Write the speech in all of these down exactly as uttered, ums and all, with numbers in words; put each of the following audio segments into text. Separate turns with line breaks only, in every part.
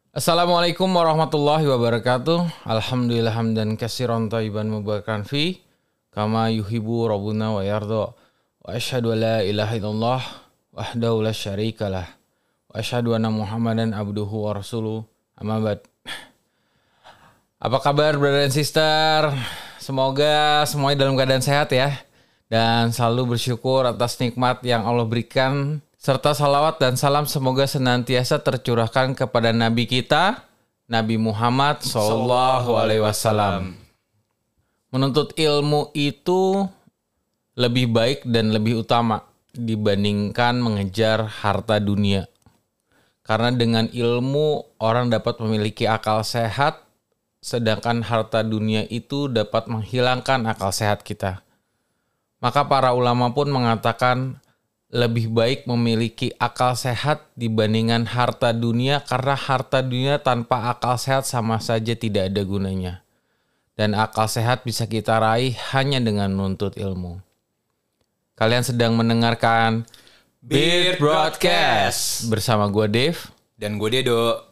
Assalamualaikum warahmatullahi wabarakatuh. Alhamdulillah hamdan katsiran thayyiban mubarakan fi kama yuhibbu rabbuna wa yarda. Wa asyhadu an la ilaha illallah wahdahu la syarikalah. Wa asyhadu anna Muhammadan abduhu wa rasuluh. Amma ba'd. Apa kabar brother and sister? Semoga semuanya dalam keadaan sehat ya. Dan selalu bersyukur atas nikmat yang Allah berikan. Serta salawat dan salam semoga senantiasa tercurahkan kepada Nabi kita, Nabi Muhammad Sallallahu Alaihi Wasallam. Menuntut ilmu itu lebih baik dan lebih utama dibandingkan mengejar harta dunia. Karena dengan ilmu orang dapat memiliki akal sehat, sedangkan harta dunia itu dapat menghilangkan akal sehat kita. Maka para ulama pun mengatakan lebih baik memiliki akal sehat dibandingkan harta dunia karena harta dunia tanpa akal sehat sama saja tidak ada gunanya. Dan akal sehat bisa kita raih hanya dengan menuntut ilmu. Kalian sedang mendengarkan
Beard Broadcast
bersama gue Dave
dan gue Dedo.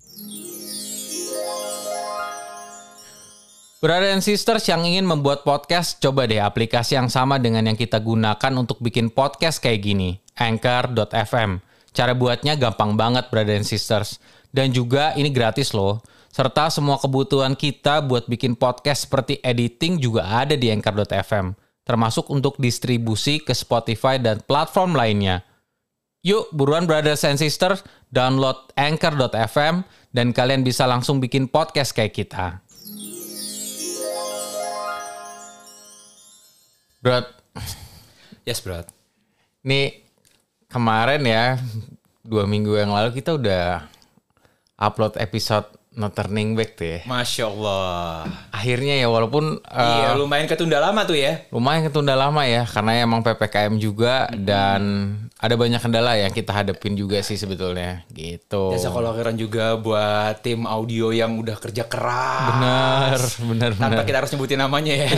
Brother and sisters yang ingin membuat podcast, coba deh aplikasi yang sama dengan yang kita gunakan untuk bikin podcast kayak gini, anchor dot f m. Cara buatnya gampang banget brother and sisters. Dan juga ini gratis loh. Serta semua kebutuhan kita buat bikin podcast seperti editing juga ada di anchor dot f m. Termasuk untuk distribusi ke Spotify dan platform lainnya. Yuk buruan brothers and sisters, download anchor dot f m dan kalian bisa langsung bikin podcast kayak kita. Bro,
Yes bro.
ini kemarin ya, dua minggu yang lalu kita udah upload episode No Turning Back tuh ya.
Masya Allah.
Akhirnya ya walaupun
Iya
uh,
lumayan ketunda lama tuh ya.
lumayan ketunda lama ya, karena emang P P K M juga hmm. dan ada banyak kendala yang kita hadapin juga sih sebetulnya gitu.
Jasa kalau keren juga buat tim audio yang udah kerja keras.
Benar, benar,
Tanpa
benar.
kita harus nyebutin namanya ya.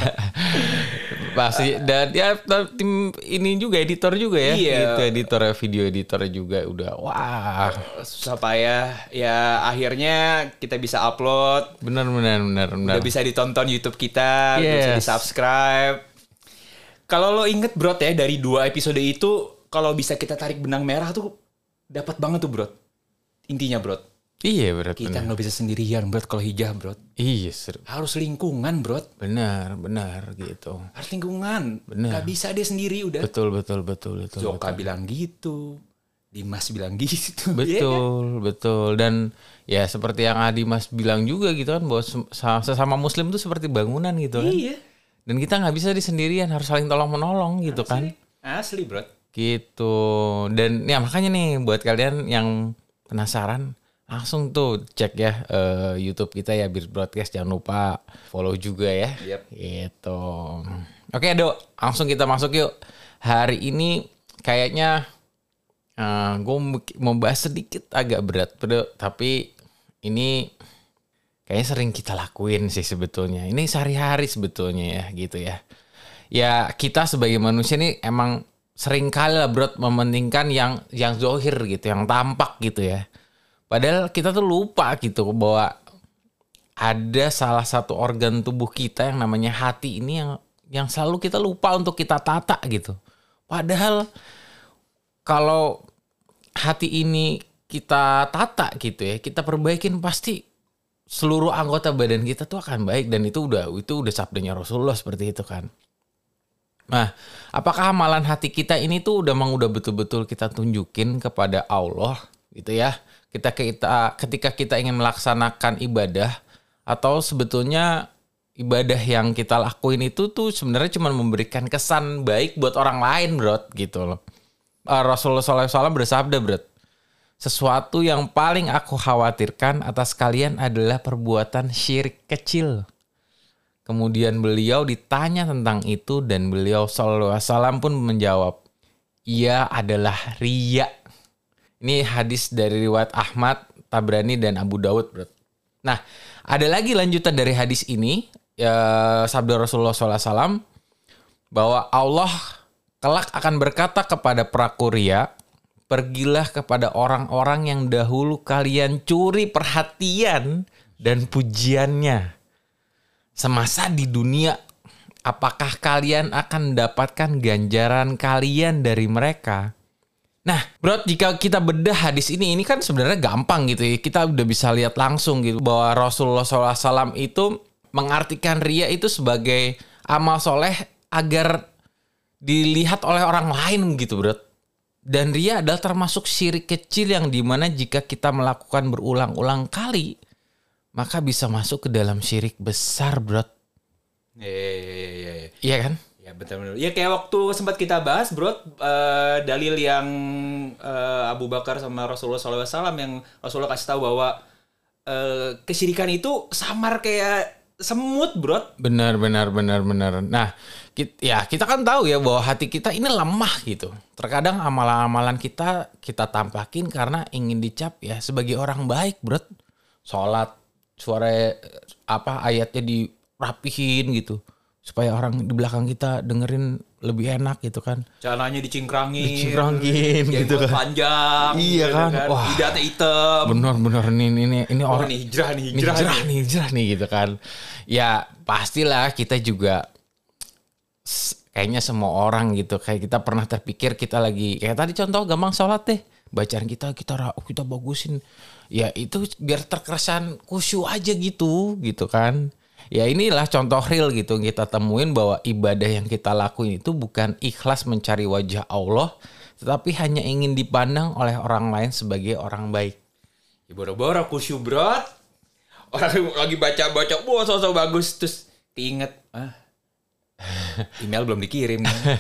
Pasti dan ya tim ini juga editor juga ya.
Iya.
Gitu, editor video editor juga udah wah.
Susah payah. Ya akhirnya kita bisa upload.
Benar, benar, benar, benar.
Udah bisa ditonton YouTube kita. Udah bisa
Yes.
di subscribe. Kalau lo inget bro ya dari dua episode itu, kalau bisa kita tarik benang merah tuh dapat banget tuh bro. Intinya bro.
Iya berat,
Kita
benar.
nggak bisa sendirian bro kalau hijah bro.
Iya seru.
Harus lingkungan bro.
Benar, benar gitu.
Harus lingkungan.
Bener.
Gak bisa dia sendiri udah.
Betul, betul, betul, betul.
Joka
betul.
bilang gitu. Dimas bilang gitu.
Betul, betul. Dan ya seperti yang Adi Mas bilang juga gitu kan, bahwa se- sesama Muslim tuh seperti bangunan gitu kan.
Iya.
Dan kita nggak bisa di sendirian, harus saling tolong menolong gitu kan.
Asli bro.
Gitu. Dan ya makanya nih buat kalian yang penasaran, langsung tuh cek ya eh, YouTube kita ya Beard Broadcast, jangan lupa follow juga ya.
Yep.
Gitu. Oke Dok, langsung kita masuk yuk. Hari ini kayaknya uh, gue mau bahas sedikit agak berat, bro. Tapi ini kayaknya sering kita lakuin sih sebetulnya. Ini sehari-hari sebetulnya ya gitu ya. Ya kita sebagai manusia nih emang sering kali lah bro mementingkan yang yang zohir gitu, yang tampak gitu ya. Padahal kita tuh lupa gitu bahwa ada salah satu organ tubuh kita yang namanya hati ini yang yang selalu kita lupa untuk kita tata gitu. Padahal kalau hati ini kita tata gitu ya, kita perbaikin pasti seluruh anggota badan kita tuh akan baik, dan itu udah itu udah sabdanya Rasulullah seperti itu kan. Nah, apakah amalan hati kita ini tuh udah memang udah betul-betul kita tunjukin kepada Allah gitu ya? Kita kita ketika kita ingin melaksanakan ibadah, atau sebetulnya ibadah yang kita lakuin itu tuh sebenarnya cuma memberikan kesan baik buat orang lain, bro, gitu loh. Uh, Rasulullah shallallahu alaihi wasallam bersabda, bro, sesuatu yang paling aku khawatirkan atas kalian adalah perbuatan syirik kecil. Kemudian beliau ditanya tentang itu dan beliau shallallahu alaihi wasallam pun menjawab, ia adalah riya. Ini hadis dari riwayat Ahmad, Tabrani, dan Abu Dawud, bro. Nah, ada lagi lanjutan dari hadis ini, ya, sabda Rasulullah shallallahu alaihi wasallam, bahwa Allah kelak akan berkata kepada pelaku riya, pergilah kepada orang-orang yang dahulu kalian curi perhatian dan pujiannya. Semasa di dunia, apakah kalian akan mendapatkan ganjaran kalian dari mereka? Nah, bro, jika kita bedah hadis ini, ini kan sebenarnya gampang gitu ya. Kita udah bisa lihat langsung gitu bahwa Rasulullah shallallahu alaihi wasallam itu mengartikan riya itu sebagai amal soleh agar dilihat oleh orang lain gitu, bro. Dan riya adalah termasuk syirik kecil yang dimana jika kita melakukan berulang-ulang kali, maka bisa masuk ke dalam syirik besar, bro.
Iya, iya, iya, iya.
Iya kan?
Ya betul-betul. Ya kayak waktu sempat kita bahas, bro, uh, dalil yang uh, Abu Bakar sama Rasulullah shallallahu alaihi wasallam yang Rasulullah kasih tahu bahwa uh, kesyirikan itu samar kayak semut, bro.
Benar, benar, benar, benar. Nah, kita, ya kita kan tahu ya bahwa hati kita ini lemah gitu. Terkadang amalan-amalan kita kita tampakin karena ingin dicap ya sebagai orang baik, bro. Sholat, suara apa ayatnya dirapihin gitu. Supaya orang di belakang kita dengerin lebih enak gitu kan.
Celananya dicingkrangin.
Dicingkrangin gitu kan.
Panjang.
Iya
gitu
kan.
kan.
Wah.
Hidratnya hitam.
Benar-benar ini ini ini
Oh,
orang
nih hijrah nih,
ini
hijrah,
hijrah
nih.
nih, hijrah nih gitu kan. Ya pastilah kita juga kayaknya semua orang gitu. Kayak kita pernah terpikir kita lagi kayak tadi contoh gampang sholat deh. Bacaan kita kita kita bagusin. Ya itu biar terkesan khusyuk aja gitu gitu kan. Ya inilah contoh real gitu kita temuin bahwa ibadah yang kita lakuin itu bukan ikhlas mencari wajah Allah, tetapi hanya ingin dipandang oleh orang lain sebagai orang baik.
Ya boro-boro khusyuk, bro. Orang lagi baca-baca, wah sosok bagus, terus diinget, ah, email belum dikirim.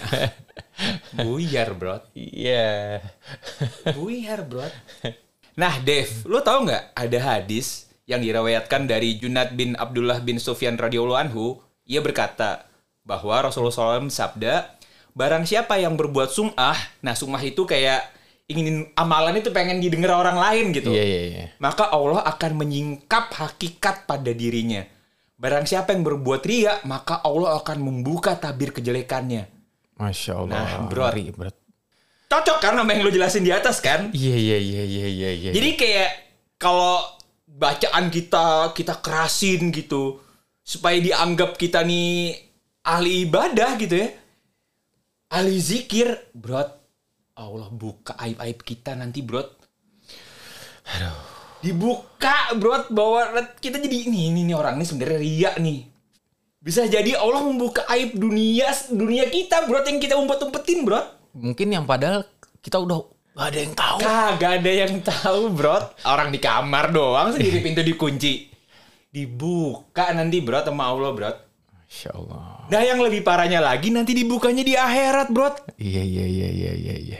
Buyar, bro.
Iya. Yeah.
Buyar, bro. Nah, Dev, lu tahu nggak ada hadis yang diriwayatkan dari Junad bin Abdullah bin Sufyan radhiyallahu anhu, ia berkata bahwa Rasulullah shallallahu alaihi wasallam sabda, barang siapa yang berbuat sum'ah, nah sum'ah itu kayak ingin amalan itu pengen didengar orang lain gitu,
iya, iya, iya.
maka Allah akan menyingkap hakikat pada dirinya. Barang siapa yang berbuat riya, maka Allah akan membuka tabir kejelekannya.
Masya Allah.
Nah, bro,
Ngeri, bro.
Cocok kan sama yang lu jelasin di atas kan?
Iya, iya, iya, iya, iya, iya.
Jadi kayak kalau bacaan kita kita kerasin gitu supaya dianggap kita nih ahli ibadah gitu ya, ahli zikir, bro. Allah buka aib-aib kita nanti, bro.
Aduh.
Dibuka, bro, bahwa kita jadi ini ini, ini orang ini sebenarnya riya nih. Bisa jadi Allah membuka aib dunia dunia kita, bro, yang kita umpet-umpetin, bro.
Mungkin yang padahal kita udah gak ada yang tahu.
Kagak ada yang tahu, bro. Orang di kamar doang sendiri pintu dikunci. Dibuka nanti, bro, sama Allah, bro.
Masya Allah.
Nah, yang lebih parahnya lagi nanti dibukanya di akhirat, bro.
Iya, iya, iya, iya, iya, iya.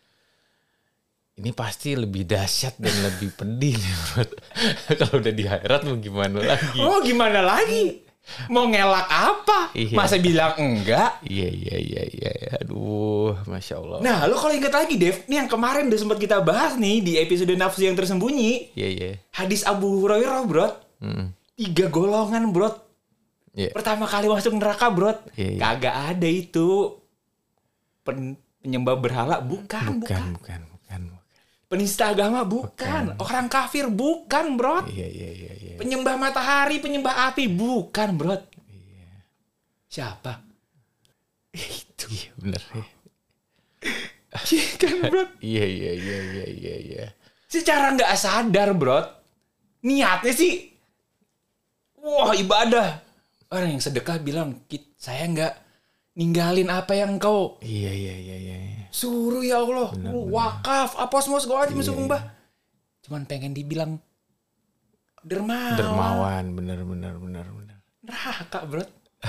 Ini pasti lebih dahsyat dan lebih pedih nih, bro. Kalau udah di akhirat mau gimana lagi?
Oh, gimana lagi? Mau ngelak apa?
Iya.
Masa bilang enggak?
Iya, iya, iya, iya. Aduh, Masya Allah.
Nah, lo kalau ingat lagi, Dev, nih yang kemarin udah sempat kita bahas nih di episode nafsu yang tersembunyi.
Iya, iya.
Hadis Abu Hurairah, bro.
Hmm.
Tiga golongan, bro.
Iya.
Pertama kali masuk neraka, bro.
Iya, iya.
Kagak ada itu pen penyembah berhala, bukan, bukan.
Bukan, bukan, bukan.
Penista agama, bukan.
Bukan.
Orang kafir, bukan, bro.
Iya, iya, iya, iya.
Penyembah matahari, penyembah api, bukan, bro.
Iya.
Siapa?
Itu. Iya, bener ya.
Kan, bro.
Iya, iya, iya, iya, iya, iya.
Secara nggak sadar, bro. Niatnya sih, wah, ibadah. Orang yang sedekah bilang, "Kit, saya nggak ninggalin apa yang kau
Iya, iya, iya, iya.
suruh, ya Allah.
Benar,
Uh,
benar.
wakaf, apa semua segala macam
Iya,
sumbah." Cuman pengen dibilang dermawan.
Dermawan, bener, bener, bener, bener.
Neraka, bro.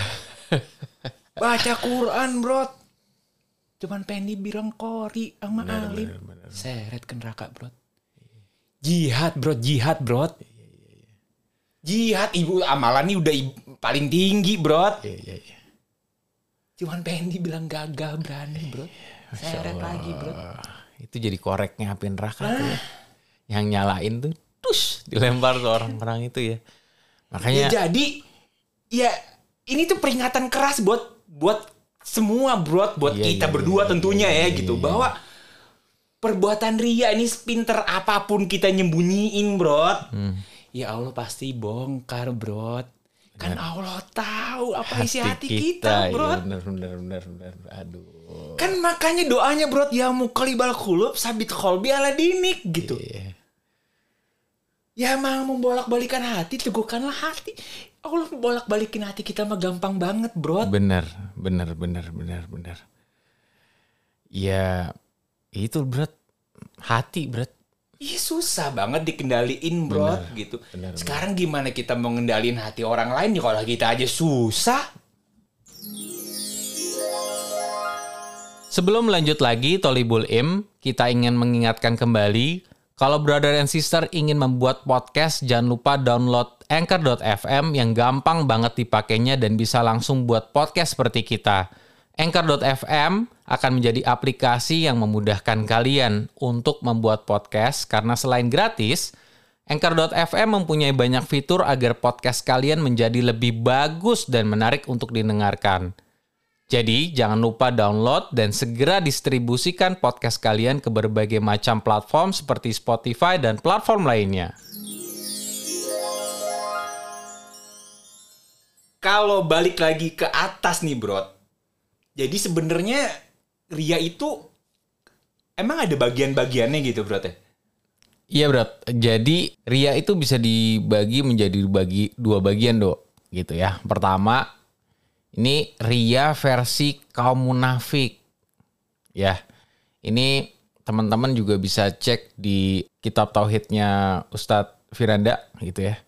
Baca Quran, bro. Cuman pengen dibilang qori sama
Bener,
alim.
bener, bener.
Seret ke neraka, bro. Jihad, bro. Jihad, bro. Jihad, ibu amalan nih udah i- paling tinggi, bro.
Iya, iya, iya.
Cuman pengen dibilang gagah berani, bro.
Masya
Seret
Allah.
lagi, bro.
Itu jadi koreknya api neraka tuh ya. Yang nyalain tuh, tus, dilempar tuh orang-orang itu ya.
Ya,
Makanya,
jadi, ya ini tuh peringatan keras buat buat semua, bro. Buat
Iya,
kita
iya,
berdua
iya,
tentunya
iya,
ya,
iya,
gitu.
iya.
Bahwa perbuatan ria ini sepinter apapun kita nyembunyiin, bro. Hmm. Ya Allah pasti bongkar, bro. Kan Allah tahu apa isi hati, hati kita, kita, bro.
Ya bener, bener, bener, bener. Aduh.
Kan makanya doanya, bro, ya muqallibal qulub sabit qalbi ala dinik gitu. Yeah. Ya mau membolak-balikan hati, teguhkanlah hati. Allah membolak-balikin hati kita mah gampang banget, bro.
Bener, bener, bener, bener, bener. Ya itu, bro. Hati, bro.
Iya susah banget dikendaliin, bro, bener, gitu. Bener, sekarang bener. Gimana kita mau ngendaliin hati orang lain ya kalau kita aja susah?
Sebelum lanjut lagi Tholibul Ilm, kita ingin mengingatkan kembali kalau brother and sister ingin membuat podcast, jangan lupa download anchor dot f m yang gampang banget dipakainya dan bisa langsung buat podcast seperti kita. anchor dot f m akan menjadi aplikasi yang memudahkan kalian untuk membuat podcast karena selain gratis, anchor dot f m mempunyai banyak fitur agar podcast kalian menjadi lebih bagus dan menarik untuk didengarkan. Jadi, jangan lupa download dan segera distribusikan podcast kalian ke berbagai macam platform seperti Spotify dan platform lainnya.
Kalau balik lagi ke atas nih, bro. Jadi sebenarnya ria itu emang ada bagian-bagiannya gitu, bro teh?
Iya, bro. Jadi ria itu bisa dibagi menjadi bagi dua bagian, Dok. Gitu ya. Pertama, ini ria versi kaum munafik. Ya. Ini teman-teman juga bisa cek di kitab tauhidnya Ustadz Firanda gitu ya.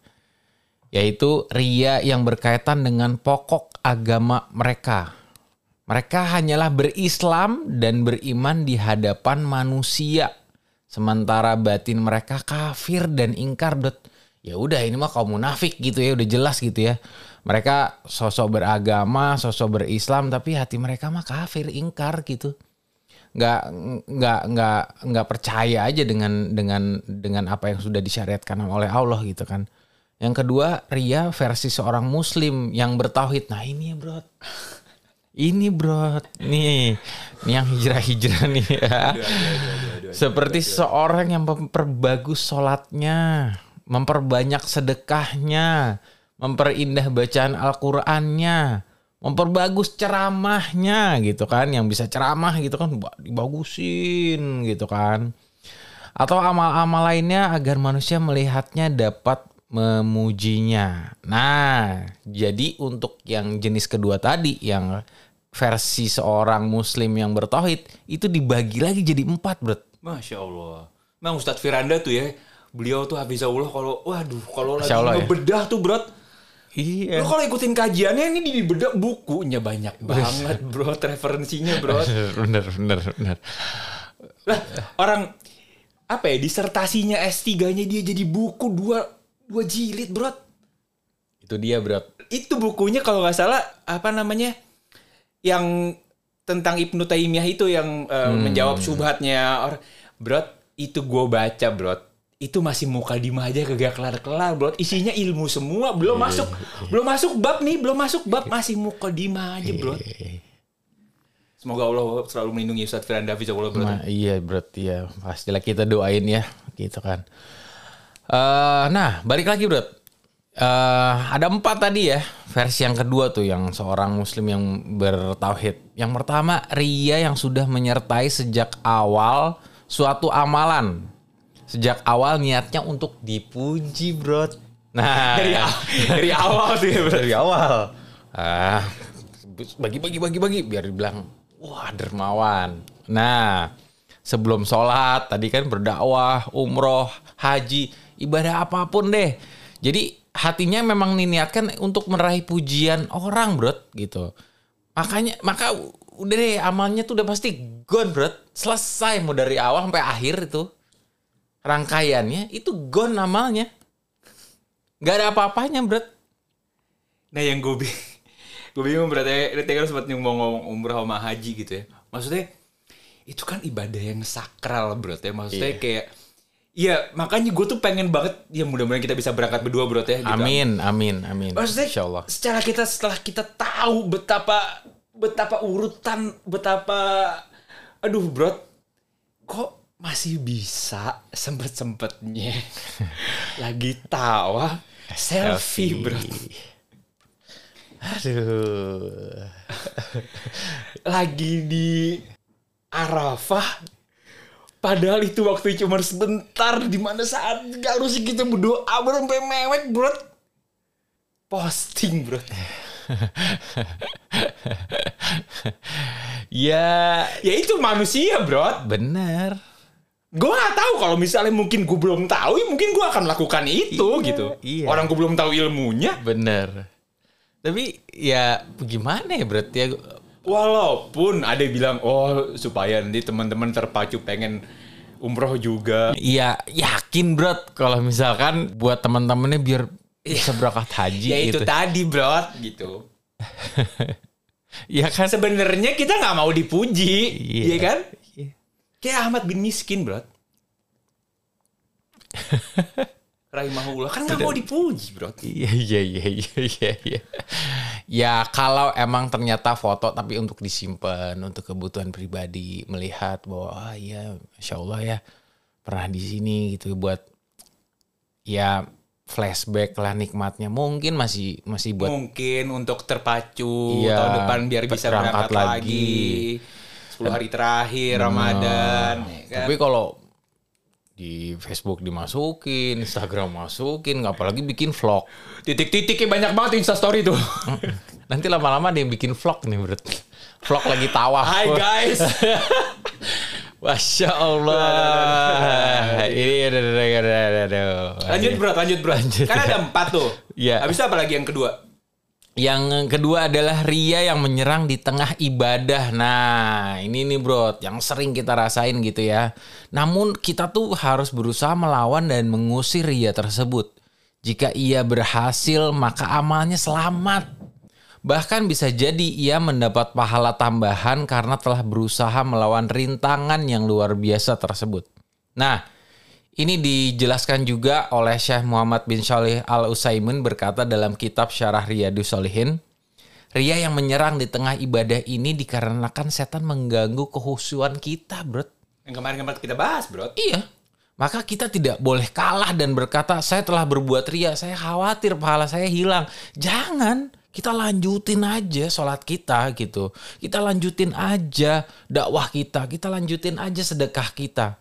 Yaitu ria yang berkaitan dengan pokok agama mereka. Mereka hanyalah berislam dan beriman di hadapan manusia. Sementara batin mereka kafir dan ingkar. Ya udah ini mah kaum munafik gitu ya, udah jelas gitu ya. Mereka sosok beragama, sosok berislam, tapi hati mereka mah kafir, ingkar gitu. Nggak nggak nggak nggak percaya aja dengan dengan dengan apa yang sudah disyariatkan oleh Allah gitu kan. Yang kedua, ria versi seorang muslim yang bertauhid. Nah ini ya, bro. Ini bro, nih, nih yang hijrah-hijrah nih ya. Aduh, aduh, aduh, aduh, aduh, seperti aduh, aduh. Seorang yang memperbagus sholatnya, memperbanyak sedekahnya, memperindah bacaan Al-Qur'annya, memperbagus ceramahnya gitu kan. Yang bisa ceramah gitu kan, dibagusin gitu kan. Atau amal-amal lainnya agar manusia melihatnya dapat memujinya. Nah, jadi untuk yang jenis kedua tadi, yang versi seorang muslim yang bertauhid, itu dibagi lagi jadi empat, bro.
Masya Allah. Memang Ustadz Firanda tuh ya, beliau tuh hafizahullah kalau, waduh, kalau lagi ngebedah ya. Tuh, bro. Iya. Lo kalau ikutin kajiannya ini di bedah bukunya banyak banget, bro. Referensinya, bro.
Bener, bener, bener.
Lah, orang, apa ya, disertasinya S tiga-nya dia jadi buku dua Dua jilid, bro.
Itu dia, bro.
Itu bukunya kalau nggak salah apa namanya, yang tentang Ibnu Taimiyah itu yang uh, hmm. menjawab syubhatnya orang, bro. Itu gue baca, bro. Itu masih mukadimah aja kagak kelar-kelar, bro. Isinya ilmu semua, belum e- masuk, e- belum masuk bab nih, belum masuk bab, masih mukadimah aja, bro. E- Semoga Allah selalu melindungi Ustadz Firanda Hafizahullah, bro.
Nah, iya, bro. Iya, pastilah kita doain ya, gitu kan. Uh, nah, balik lagi, bro. Uh, ada empat tadi ya. Versi yang kedua tuh yang seorang muslim yang bertauhid. Yang pertama, ria yang sudah menyertai sejak awal suatu amalan. Sejak awal niatnya untuk dipuji, bro. Nah,
dari, dari awal tuh ya, bro.
Dari awal. Ah, bagi-bagi bagi-bagi biar dibilang, wah, dermawan. Nah, sebelum sholat tadi kan berdakwah, umroh, haji, ibadah apapun deh. Jadi hatinya memang diniatkan untuk meraih pujian orang, bro, gitu. Makanya maka udah deh amalnya tuh udah pasti gone, bro. Selesai mau dari awal sampai akhir itu. Rangkaiannya itu gone amalnya. Gak ada apa-apanya, bro.
Nah, yang gue bingung, gue bingung berarti tadi kan sempat mau ngomong umrah sama haji gitu ya. Maksudnya itu kan ibadah yang sakral, bro. Ya maksudnya yeah. kayak iya, makanya gue tuh pengen banget ya mudah-mudahan kita bisa berangkat berdua, bro ya. Gitu.
Amin, amin, amin.
Maksudnya, insyaallah. Secara kita setelah kita tahu betapa betapa urutan, betapa aduh, bro. Kok masih bisa sempet-sempetnya lagi tawa selfie, bro.
Aduh.
Lagi di Arafah. Padahal itu waktu cuma sebentar, di mana saat gak harus kita berdoa bro, sampai mewek, bro. Posting, bro.
Ya,
ya itu manusia, bro.
Bener.
Gue gak tahu kalau misalnya mungkin gue belum tahu, ya mungkin gue akan lakukan itu,
iya,
gitu.
Iya.
Orang gue belum tahu ilmunya.
Bener. Tapi ya gimana ya, bro? Ya,
walaupun ada yang bilang, oh supaya nanti teman-teman terpacu pengen umroh juga.
Iya, yakin, bro. Kalau misalkan buat teman-temannya biar bisa berangkat haji.
Ya
gitu.
itu tadi, bro, gitu.
Iya kan?
Sebenarnya kita nggak mau dipuji,
iya,
iya kan?
Iya.
Kayak Ahmad bin Miskin, bro. Rahimahullah kan nggak mau dipuji, bro.
Iya iya iya iya iya. iya. Ya kalau emang ternyata foto tapi untuk disimpan untuk kebutuhan pribadi, melihat bahwa ah iya, masya Allah ya pernah di sini gitu buat ya flashback lah nikmatnya, mungkin masih masih buat
mungkin untuk terpacu
iya,
tahun depan biar bisa berangkat, berangkat lagi. lagi sepuluh hari terakhir bener. Ramadan. Ya kan?
Tapi kalau di Facebook dimasukin, Instagram masukin, nggak apalagi bikin vlog.
Titik-titiknya banyak banget Instastory tuh.
Nanti lama-lama dia bikin vlog nih, bro. Vlog lagi tawaf.
Hai guys.
Masya Allah. Ini
lanjut bro, lanjut bro. Lanjut, kan ada empat tuh.
Iya.
Habis itu apa lagi yang kedua?
Yang kedua adalah ria yang menyerang di tengah ibadah. Nah, ini nih bro, yang sering kita rasain gitu ya. Namun kita tuh harus berusaha melawan dan mengusir ria tersebut. Jika ia berhasil, maka amalnya selamat. Bahkan bisa jadi ia mendapat pahala tambahan karena telah berusaha melawan rintangan yang luar biasa tersebut. Nah, ini dijelaskan juga oleh Syekh Muhammad bin Shalih Al-Utsaimin berkata dalam kitab Syarah Riyadhus Shalihin, ria yang menyerang di tengah ibadah ini dikarenakan setan mengganggu kehusuan kita, bro.
Yang kemarin-kemarin kita bahas, bro.
Iya. Maka kita tidak boleh kalah dan berkata, saya telah berbuat ria, saya khawatir pahala saya hilang. Jangan, kita lanjutin aja sholat kita gitu. Kita lanjutin aja dakwah kita, kita lanjutin aja sedekah kita.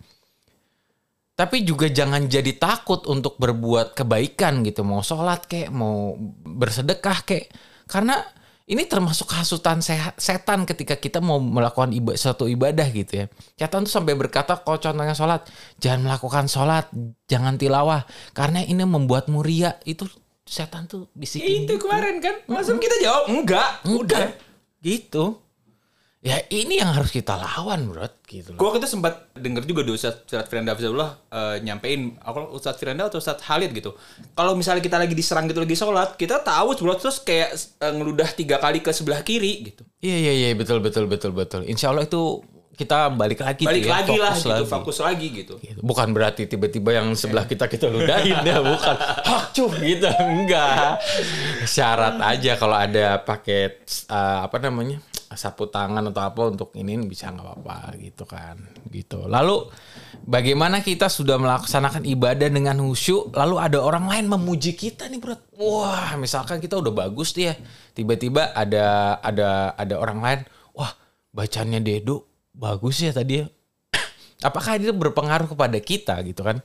Tapi juga jangan jadi takut untuk berbuat kebaikan gitu. Mau sholat kek, mau bersedekah kek. Karena ini termasuk hasutan setan ketika kita mau melakukan ibadah, suatu ibadah gitu ya. Setan tuh sampai berkata, kalau contohnya sholat, jangan melakukan sholat, jangan tilawah. Karena ini membuatmu ria. Itu setan tuh bisikin.
Itu gitu. Kemarin kan. Langsung kita jawab, enggak.
Enggak. Gitu. Ya ini yang harus kita lawan, bro. Gitu.
Gue waktu itu sempat denger juga di Ustadz Ustadz Firanda Hafizahullah uh, nyampein, aku Ustadz Firanda atau Ustadz Khalid gitu. Kalau misalnya kita lagi diserang gitu lagi sholat, kita tahu bro, terus kayak uh, ngeludah tiga kali ke sebelah kiri gitu.
Iya iya iya betul betul betul betul. Insya Allah itu kita balik lagi.
Balik
ya,
lagi lah gitu,
lagi.
fokus lagi gitu.
Bukan berarti tiba-tiba yang sebelah kita kita ludahin ya, bukan. Hak cuh gitu, enggak. Syarat aja kalau ada paket uh, apa namanya? sapu tangan atau apa untuk ini bisa nggak apa-apa gitu kan gitu. Lalu bagaimana kita sudah melaksanakan ibadah dengan khusyuk lalu ada orang lain memuji kita nih bro, wah misalkan kita udah bagus nih ya, tiba-tiba ada ada ada orang lain, wah bacanya Dedo bagus ya tadi ya, apakah itu berpengaruh kepada kita gitu kan?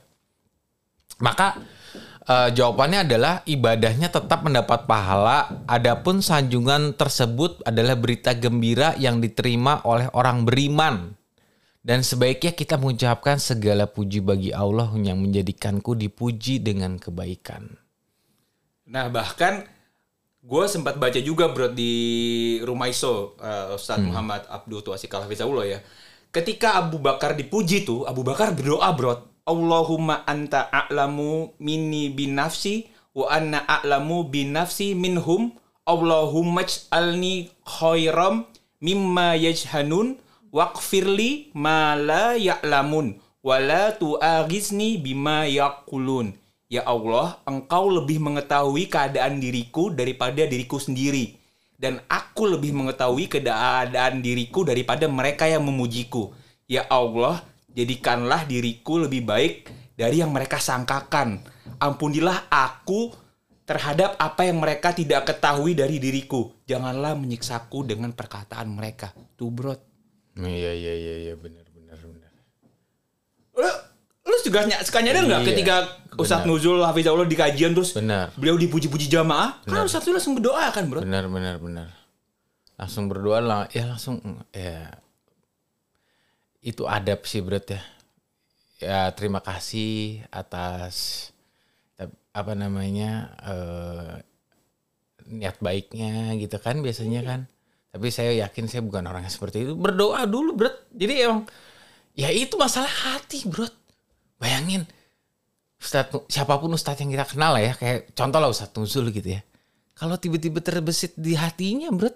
Maka Uh, jawabannya adalah ibadahnya tetap mendapat pahala. Adapun sanjungan tersebut adalah berita gembira yang diterima oleh orang beriman. Dan sebaiknya kita mengucapkan segala puji bagi Allah yang menjadikanku dipuji dengan kebaikan.
Nah bahkan gue sempat baca juga bro di Rumah Iso uh, Ustadz hmm. Muhammad Abdul Tuasik Al-Hafizahullah ya. Ketika Abu Bakar dipuji tuh, Abu Bakar berdoa bro, Allahumma anta a'lamu minni binafsi wa anna a'lamu binafsi minhum Allahumma ij'alni khairam mimma yajhanun waqfirli ma la ya'lamun wa la tu'aghizni bima yaqulun. Ya Allah, engkau lebih mengetahui keadaan diriku daripada diriku sendiri, dan aku lebih mengetahui keadaan diriku daripada mereka yang memujiku. Ya Allah, jadikanlah diriku lebih baik dari yang mereka sangkakan. Ampunilah aku terhadap apa yang mereka tidak ketahui dari diriku. Janganlah menyiksaku dengan perkataan mereka. Tuh bro.
Iya iya iya iya benar benar benar.
Lu, lu juga ny- suka nyadar nggak
Iya,
ketika Ustadz Nuzul Hafizahullah di kajian terus
Benar.
beliau dipuji-puji jamaah, kan Ustadz Nuzul langsung berdoa kan bro?
Benar benar benar. Langsung berdoa lah, ya langsung ya itu adab sih bro ya. Ya terima kasih atas apa namanya eh, niat baiknya gitu kan biasanya kan. Tapi saya yakin saya bukan orang yang seperti itu. Berdoa dulu bro. Jadi emang ya itu masalah hati bro. Bayangin Ustadz, siapapun Ustadz yang kita kenal lah ya, kayak contoh lah Ustadz Nuzul gitu ya. Kalau tiba-tiba terbesit di hatinya bro,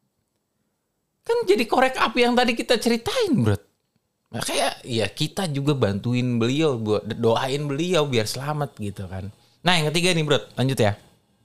kan jadi korek api yang tadi kita ceritain bro. Nah, kayak ya kita juga bantuin beliau, buat doain beliau biar selamat gitu kan. Nah yang ketiga nih bro, lanjut ya.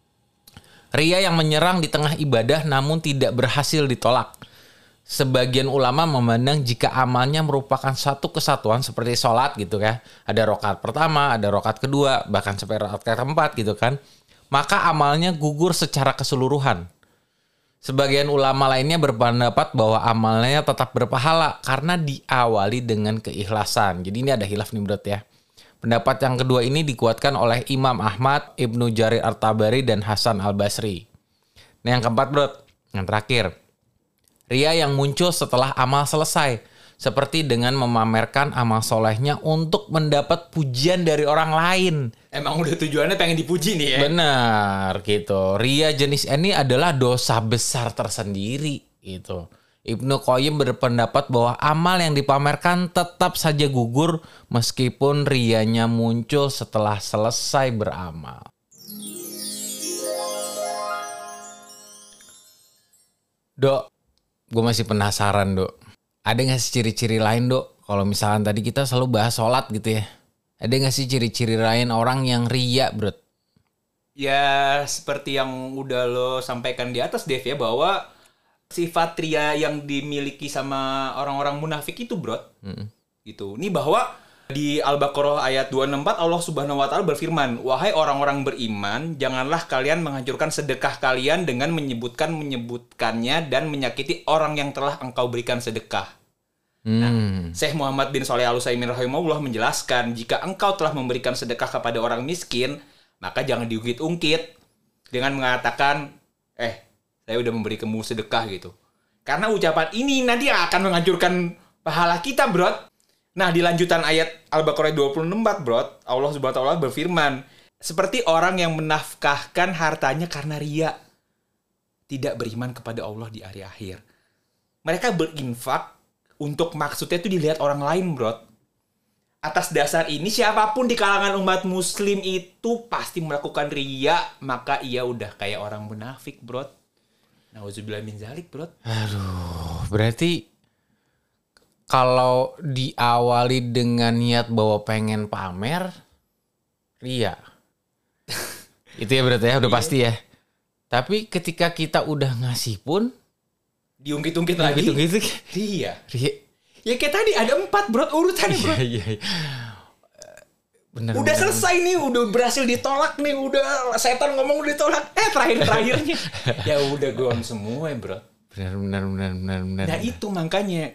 Ria yang menyerang di tengah ibadah namun tidak berhasil ditolak. Sebagian ulama memandang jika amalnya merupakan satu kesatuan seperti sholat gitu ya. Ada rakaat pertama, ada rakaat kedua, bahkan sampai rakaat keempat gitu kan. Maka amalnya gugur secara keseluruhan. Sebagian ulama lainnya berpendapat bahwa amalnya tetap berpahala karena diawali dengan keikhlasan. Jadi ini ada khilaf nih bro ya. Pendapat yang kedua ini dikuatkan oleh Imam Ahmad, Ibnu Jarir At-Tabari, dan Hasan Al-Basri. Nah yang keempat bro, yang terakhir. Ria yang muncul setelah amal selesai. Seperti dengan memamerkan amal solehnya untuk mendapat pujian dari orang lain.
Emang udah tujuannya pengen dipuji nih ya?
Benar gitu. Ria jenis ini adalah dosa besar tersendiri gitu. Ibnu Qayyim berpendapat bahwa amal yang dipamerkan tetap saja gugur meskipun rianya muncul setelah selesai beramal. Dok, gue masih penasaran dok. Ada gak sih ciri-ciri lain dok? Kalau misalkan tadi kita selalu bahas sholat gitu ya. Ada gak sih ciri-ciri lain orang yang ria bro?
Ya seperti yang udah lo sampaikan di atas Dev ya, bahwa sifat ria yang dimiliki sama orang-orang munafik itu bro. Mm-hmm. Gitu. Ini bahwa di Al-Baqarah ayat dua ratus enam puluh empat Allah Subhanahu wa taala berfirman, "Wahai orang-orang beriman, janganlah kalian menghancurkan sedekah kalian dengan menyebutkan menyebutkannya dan menyakiti orang yang telah engkau berikan sedekah." Hmm. Nah, Syekh Muhammad bin Shalih Al-Utsaimin rahimahullah menjelaskan, jika engkau telah memberikan sedekah kepada orang miskin, maka jangan diungkit-ungkit dengan mengatakan, "Eh, saya udah memberi kamu sedekah," gitu. Karena ucapan ini nanti akan menghancurkan pahala kita, bro. Nah, di lanjutan ayat Al-Baqarah dua puluh enam empat, bro, Allah Subhanahu wa taala berfirman, seperti orang yang menafkahkan hartanya karena ria, tidak beriman kepada Allah di hari akhir. Mereka berinfak untuk maksudnya itu dilihat orang lain, bro. Atas dasar ini, siapapun di kalangan umat muslim itu pasti melakukan ria, maka ia udah kayak orang munafik, bro. Nauzubillah min zalik, bro.
Aduh, berarti kalau diawali dengan niat bahwa pengen pamer, ria. Itu ya berarti ya, udah pasti ya. Tapi ketika kita udah ngasih pun,
diungkit-ungkit lagi.
Diungkit-ungkit.
Ria.
Ria.
Ya kayak tadi ada empat, bro, urutannya, bro.
Iya, iya. Bener,
udah
bener,
selesai bener. Nih, udah berhasil ditolak nih, udah setan ngomong udah ditolak. Eh, terakhir-terakhirnya. Ya udah gom semua, bro.
Benar, benar, benar, benar, benar.
Nah itu makanya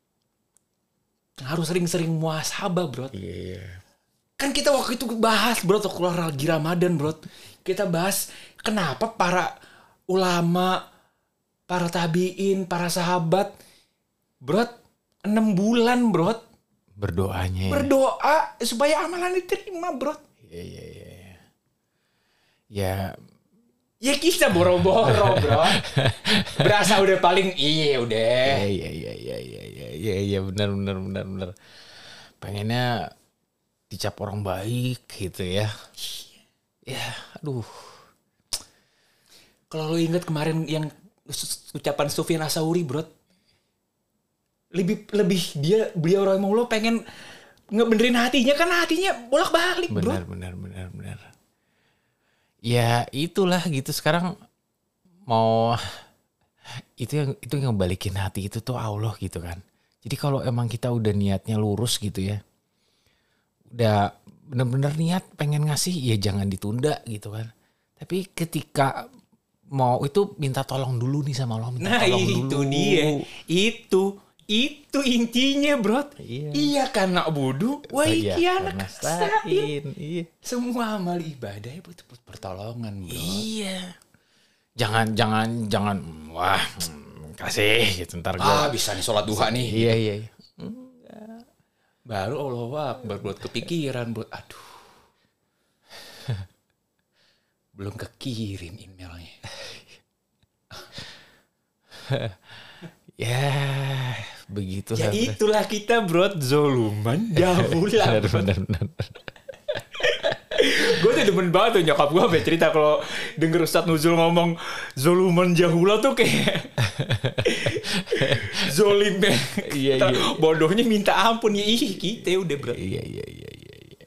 harus sering-sering muhasabah, bro.
Iya, iya.
Kan kita waktu itu bahas, bro, tuh keluar lagi Ramadan, bro. Kita bahas kenapa para ulama, para tabiin, para sahabat, bro, enam bulan, bro.
Berdoanya ya.
Berdoa supaya amalan diterima, bro.
Iya, iya, iya. Ya.
Ya kita boro-boro, bro. Berasa udah paling, iya udah.
Iya, iya, iya, iya, iya, iya, iya, benar, benar, benar, benar. Pengennya dicap orang baik gitu ya. Ya, aduh.
Kalau lo inget kemarin yang ucapan Sufyan Ats-Tsauri, bro. Lebih lebih dia beliau rahimahullah pengen ngebenerin hatinya, kan hatinya bolak-balik, bro.
Benar, benar, benar, benar. Ya, itulah gitu sekarang mau itu yang itu yang ngebalikin hati itu tuh Allah gitu kan. Jadi kalau emang kita udah niatnya lurus gitu ya, udah bener-bener niat pengen ngasih, ya jangan ditunda gitu kan. Tapi ketika mau itu minta tolong dulu nih sama Allah, minta
Nah
tolong
itu
dulu.
dia, itu itu intinya bro.
Iya.
Iya kan nak budu, wah
Oh iya,
iki anak
ngestain.
stain.
Iya.
Semua amal ibadah itu butuh pertolongan bro.
Iya. Jangan jangan jangan wah hmm, kasih gitu ntar gue.
Ah bisa nih sholat duha nih.
Iya iya. iya.
Baru Allah Akbar buat kepikiran buat aduh. Belum kekirim emailnya.
Ya begitu
Ya
lah.
itulah kita bro, zoluman jahulan.
Benar benar benar.
Gue tuh demen banget tuh nyokap gue sampai cerita kalau denger Ustadz Nuzul ngomong zoluman jahula tuh kayak zolimnya.
Iya, iya, iya.
Bodohnya minta ampun ya ih kita udah bro.
Iya iya iya iya. iya.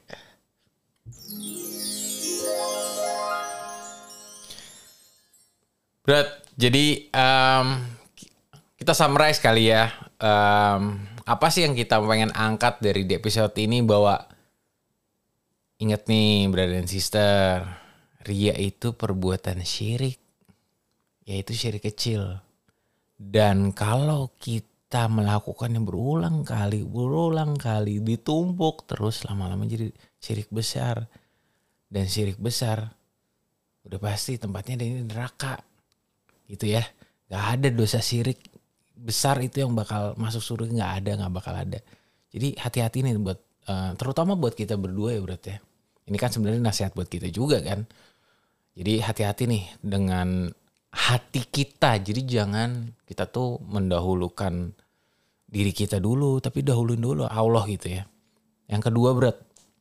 Berat. Jadi um, kita summarize kali ya. Um, apa sih yang kita pengen angkat dari di episode ini, bahwa ingat nih brother and sister, ria itu perbuatan syirik, yaitu syirik kecil. Dan kalau kita melakukannya berulang kali, berulang kali, ditumpuk terus, lama-lama jadi syirik besar. Dan syirik besar udah pasti tempatnya ada di neraka. Gitu ya. Gak ada dosa syirik besar itu yang bakal masuk surga, gak ada, gak bakal ada. Jadi hati-hati nih buat, uh, terutama buat kita berdua ya Brat ya. Ini kan sebenarnya nasihat buat kita juga kan. Jadi hati-hati nih dengan hati kita. Jadi jangan kita tuh mendahulukan diri kita dulu, tapi dahuluin dulu Allah gitu ya. Yang kedua Brat,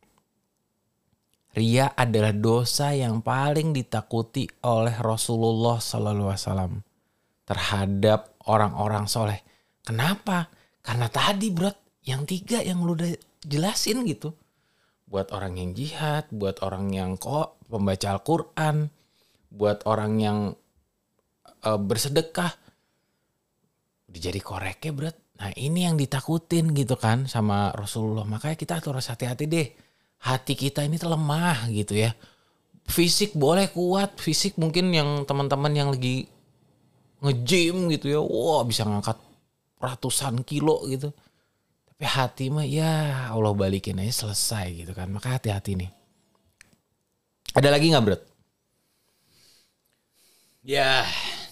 ria adalah dosa yang paling ditakuti oleh Rasulullah Sallallahu Alaihi Wasallam terhadap orang-orang soleh. Kenapa? Karena tadi Brat, yang tiga yang lu udah jelasin gitu. Buat orang yang jihad, buat orang yang kok pembaca Al-Quran, buat orang yang uh, bersedekah, udah jadi koreknya Brat. Nah ini yang ditakutin gitu kan sama Rasulullah. Makanya kita harus hati-hati deh. Hati kita ini lemah gitu ya. Fisik boleh kuat, fisik mungkin yang teman-teman yang lagi nge-gym gitu ya, wah bisa ngangkat ratusan kilo gitu. Tapi hati mah ya Allah balikin aja selesai gitu kan. Maka hati-hati nih. Ada lagi gak Bro?
Ya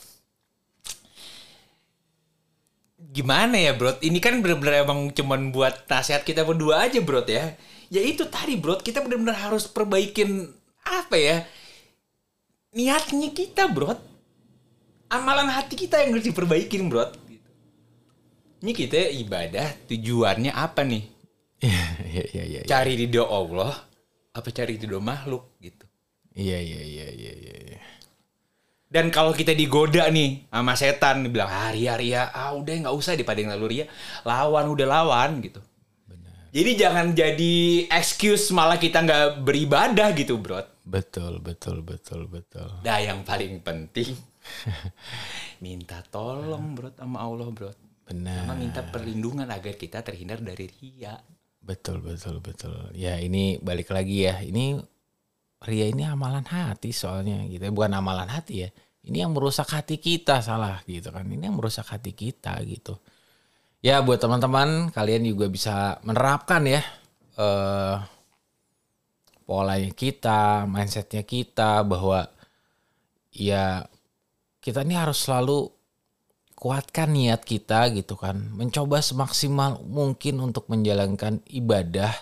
gimana ya Bro? Ini kan bener-bener emang cuman buat nasihat kita berdua aja Bro ya. Ya itu tadi Bro, kita bener-bener harus perbaikin apa ya? Niatnya kita Bro. Amalan hati kita yang harus diperbaikin Bro. Ini kita ibadah tujuannya apa nih?
Iya iya iya iya.
Cari ridho Allah apa cari ridho makhluk gitu.
Iya iya iya iya iya.
Dan kalau kita digoda nih sama setan bilang ah ria ria, ah udah nggak usah daripada yang lalu ria, lawan udah lawan gitu. Benar. Jadi jangan jadi excuse malah kita nggak beribadah gitu Bro.
Betul betul betul betul.
Nah yang paling penting minta tolong Bro sama Allah Bro.
Benar.
Sama minta perlindungan agar kita terhindar dari ria.
Betul betul betul. Ya ini balik lagi ya. Ini ria ini amalan hati soalnya gitu. Bukan amalan hati ya. Ini yang merusak hati kita salah gitu kan. Ini yang merusak hati kita gitu. Ya buat teman-teman kalian juga bisa menerapkan ya eh, polanya kita, mindsetnya kita bahwa ya kita ini harus selalu kuatkan niat kita gitu kan. Mencoba semaksimal mungkin untuk menjalankan ibadah.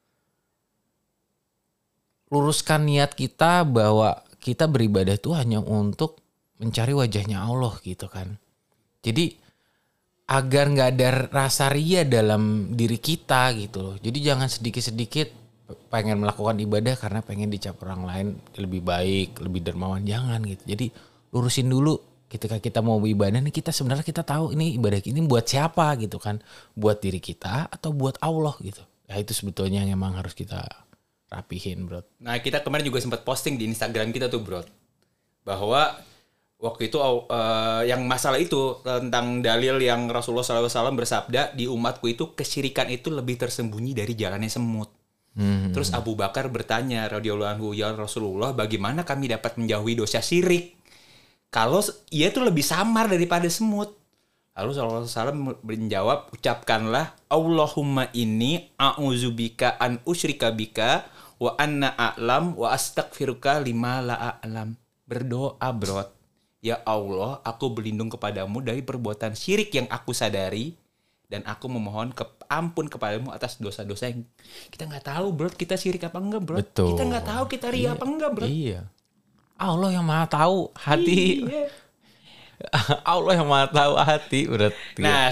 Luruskan niat kita bahwa kita beribadah itu hanya untuk mencari wajahnya Allah gitu kan. Jadi agar gak ada rasa ria dalam diri kita gitu loh. Jadi jangan sedikit-sedikit pengen melakukan ibadah karena pengen dicap orang lain lebih baik, lebih dermawan. Jangan gitu. Jadi lurusin dulu. Ketika kita mau beribadah nih kita sebenarnya kita tahu ini ibadah ini buat siapa gitu kan. Buat diri kita atau buat Allah gitu. Ya itu sebetulnya yang emang harus kita rapihin Bro.
Nah kita kemarin juga sempat posting di Instagram kita tuh Bro. Bahwa waktu itu uh, yang masalah itu tentang dalil yang Rasulullah shallallahu alaihi wasallam bersabda, di umatku itu kesyirikan itu lebih tersembunyi dari jalannya semut. Hmm. Terus Abu Bakar bertanya radhiyallahu anhu, ya Rasulullah, bagaimana kami dapat menjauhi dosa syirik kalau ia itu lebih samar daripada semut? Lalu Rasulullah shallallahu alaihi wasallam menjawab, ucapkanlah Allahumma inni a'udzubika an usyrika bika wa anna a'lam wa astaghfiruka lima la a'lam. Berdoa, bro. Ya Allah, aku berlindung kepadamu dari perbuatan syirik yang aku sadari, dan aku memohon ke ampun kepadamu atas dosa-dosa yang kita nggak tahu, bro. Kita syirik apa enggak, bro?
Betul.
Kita nggak tahu kita ria
iya.
apa enggak, bro.
Iya. Allah yang maha tahu hati.
Iya.
Allah yang maha tahu hati, berarti.
Nah,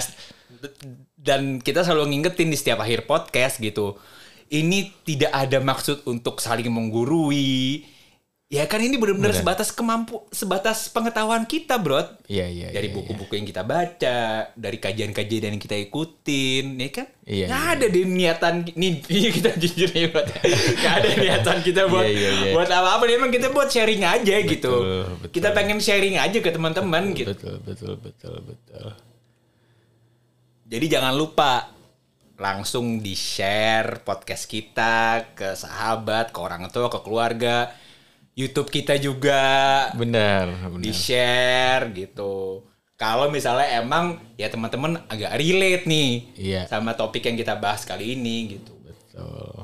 dan kita selalu ngingetin di setiap akhir podcast gitu. Ini tidak ada maksud untuk saling menggurui. Ya kan ini benar-benar sebatas kemampu, sebatas pengetahuan kita, bro.
Iya, iya.
Dari
iya,
buku-buku
iya.
yang kita baca, dari kajian-kajian yang kita ikutin, ya kan?
Iya,
nggak
iya,
ada
iya.
di niatan nih, kita jujur ya, bro. Nggak ada niatan kita buat
iya, iya, iya.
buat apa-apa. Memang kita buat sharing aja
betul,
gitu.
Betul.
Kita pengen sharing aja ke teman-teman gitu.
Betul, betul, betul, betul.
Jadi jangan lupa langsung di-share podcast kita ke sahabat, ke orang tua, ke keluarga. YouTube kita juga
Benar, benar.
di-share gitu. Kalau misalnya emang ya teman-teman agak relate nih
Iya.
sama topik yang kita bahas kali ini gitu.
Betul.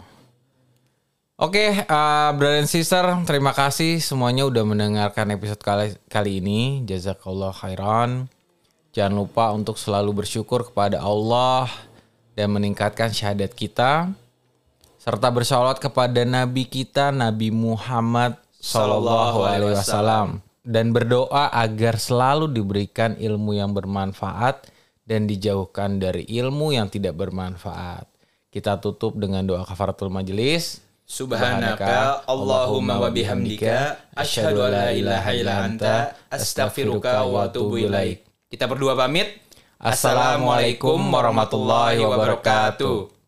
Oke, uh, brother and sister, terima kasih semuanya udah mendengarkan episode kali, kali ini. Jazakallah khairan. Jangan lupa untuk selalu bersyukur kepada Allah dan meningkatkan syahadat kita, serta bersalawat kepada Nabi kita, Nabi Muhammad Sallallahu Alaihi Wasallam, dan berdoa agar selalu diberikan ilmu yang bermanfaat dan dijauhkan dari ilmu yang tidak bermanfaat. Kita tutup dengan doa kafaratul majelis.
Subhanaka Allahumma wa bihamdika asyhadu an la ilaha illa anta astaghfiruka wa atubu ilaik. Kita berdua pamit. Assalamualaikum warahmatullahi wabarakatuh.